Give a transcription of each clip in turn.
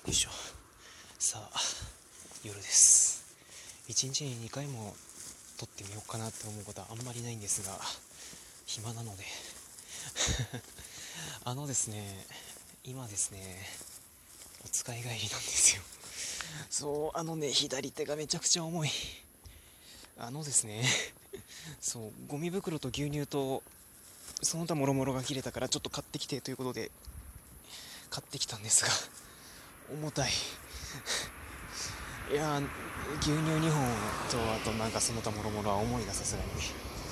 いしょ。さあ夜です。1日に2回も撮ってみようかなって思うことはあんまりないんですが、暇なのでですね、今ですね、お使い帰りなんですよ。そう、左手がめちゃくちゃ重い。ですね、そうゴミ袋と牛乳とその他もろもろが切れたからちょっと買ってきてということで買ってきたんですが、重たい。いやー、牛乳2本とあとなんかその他もろもろは重いな、さすがにね。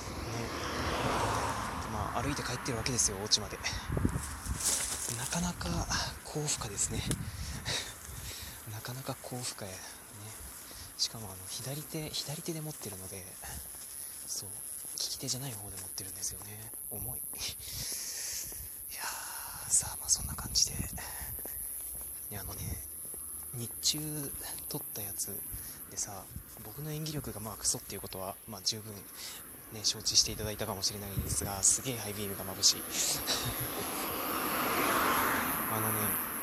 まあ歩いて帰ってるわけですよ、お家まで。なかなか高負荷ですね。なかなか高負荷やね。しかも左手で持ってるので、そう利き手じゃない方で持ってるんですよね。重い。いやー、さあ、まあそんな感じで、日中撮ったやつでさ、僕の演技力がまあクソっていうことはまあ十分ね承知していただいたかもしれないんですが、すげえハイビームが眩しい。あのね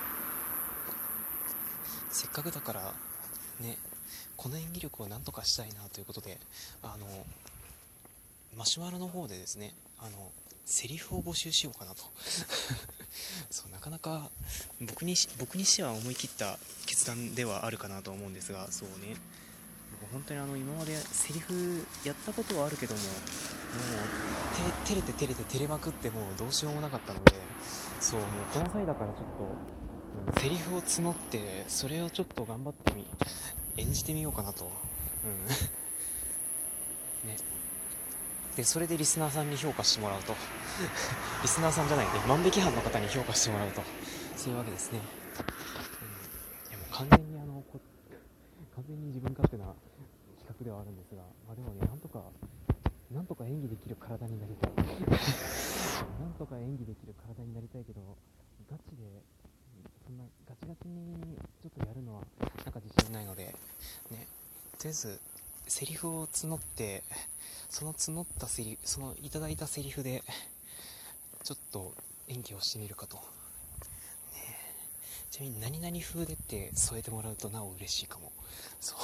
せっかくだからね、この演技力をなんとかしたいなということで、マシュマロの方でですね、セリフを募集しようかなとそう、なかなか僕にしては思い切った決断ではあるかなと思うんですが、そうね、僕本当に今までセリフやったことはあるけども、もう照れまくってもうどうしようもなかったので、そう、もうこの際だからちょっと、セリフを募ってそれをちょっと頑張って演じてみようかなと。ね、でそれでリスナーさんに評価してもらうとリスナーさんじゃないね、万引き犯の方に評価してもらうと、そういうわけですね。いやもう完全に自分勝手な企画ではあるんですが、まあでもね、なんとか演技できる体になりたいなんとか演技できる体になりたいけど、ガチでそんなガチガチにちょっとやるのはなんか自信ないのでね、とりあえずセリフを募って、その募ったそのいただいたセリフでちょっと演技をしてみるかと。ちなみに何々風でって添えてもらうとなお嬉しいかも。そう、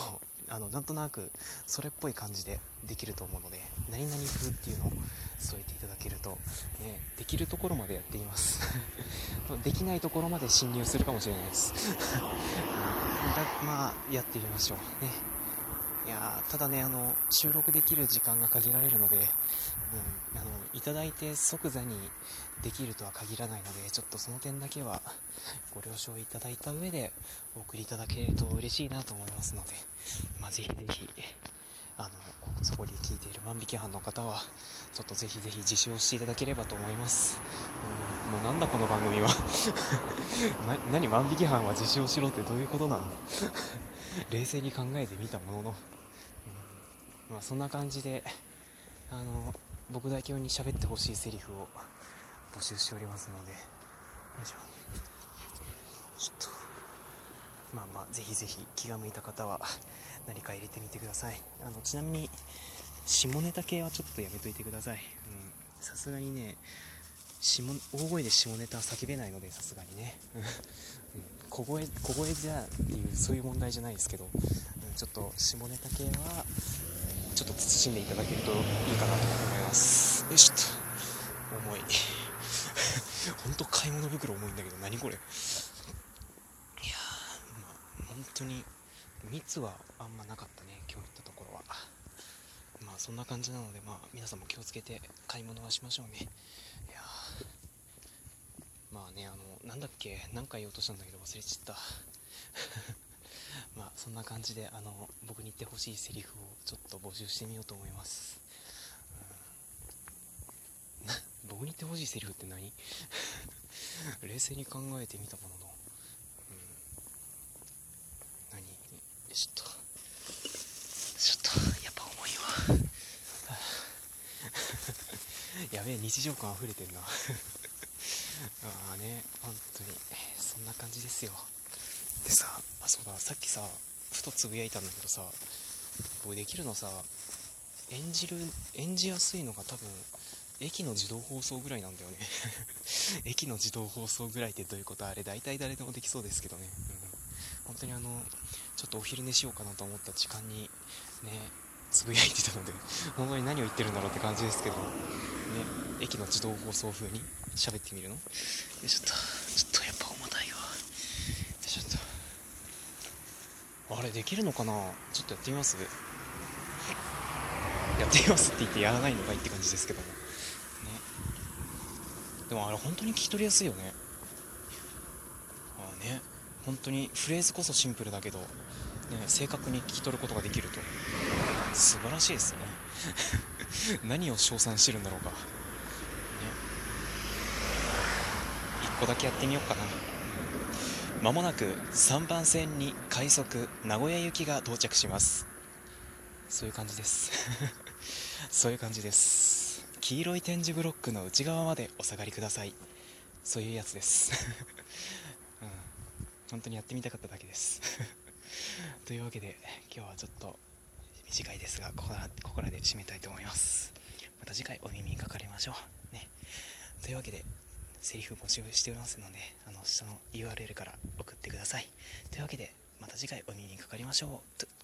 なんとなくそれっぽい感じでできると思うので、何々風っていうのを添えていただけると、ね、できるところまでやっていますできないところまで侵入するかもしれないですまあやってみましょうね。いやただね、収録できる時間が限られるので、いただいて即座にできるとは限らないので、ちょっとその点だけはご了承いただいた上でお送りいただけると嬉しいなと思いますので、まあ、ぜひぜひそこに聞いている万引き犯の方はちょっとぜひぜひ自首をしていただければと思います。もうなんだこの番組は何万引き犯は自首をしろってどういうことなの冷静に考えてみたものの、まあそんな感じで僕だけに喋ってほしいセリフを募集しておりますので、よいしょ、ちょっとまあまあぜひぜひ気が向いた方は何か入れてみてください。ちなみに下ネタ系はちょっとやめといてください。さすがにね、大声で下ネタは叫べないので、さすがにね小声じゃっていうそういう問題じゃないですけど、ちょっと下ネタ系はちょっと慎んでいただけるといいかなと思います。よいしょっと。重い本当買い物袋重いんだけど、何これ。いやまあ本当に密はあんまなかったね、今日行ったところは。まあそんな感じなので、まあ皆さんも気をつけて買い物はしましょうね。いやまあね、なんだっけ、何か言おうとしたんだけど忘れちゃったまあそんな感じで僕に言ってほしいセリフをちょっと募集してみようと思います。僕に言ってほしいセリフって何冷静に考えてみたものの、何、ちょっとやっぱ重いわやべえ、日常感溢れてんなああね、本当にそんな感じですよ。でさ、そうだ、さっきさふとつぶやいたんだけどさ、僕できるのさ、演じやすいのが多分駅の自動放送ぐらいなんだよね駅の自動放送ぐらいってどういうこと、あれ大体誰でもできそうですけどね、 本当にちょっとお昼寝しようかなと思った時間にねつぶやいてたので本当に何を言ってるんだろうって感じですけどね。駅の自動放送風に喋ってみるの。ちょっとやっぱ重たいわ。ちょっとあれできるのかな。ちょっとやってみます。やってみますって言ってやらないのかいって感じですけどもね。でもあれ本当に聞き取りやすいよね。ね、本当にフレーズこそシンプルだけど、ね、正確に聞き取ることができると素晴らしいですよね何を称賛してるんだろうか、ね、1個だけやってみようかな。まもなく3番線に快速名古屋行きが到着します。そういう感じですそういう感じです。黄色い点字ブロックの内側までお下がりください。そういうやつですうん、本当にやってみたかっただけですというわけで今日はちょっと短いですがここらで締めたいと思います。また次回お耳にかかりましょうね。というわけでセリフ募集しておりますので下の URL から送ってください。というわけでまた次回お耳にかかりましょう。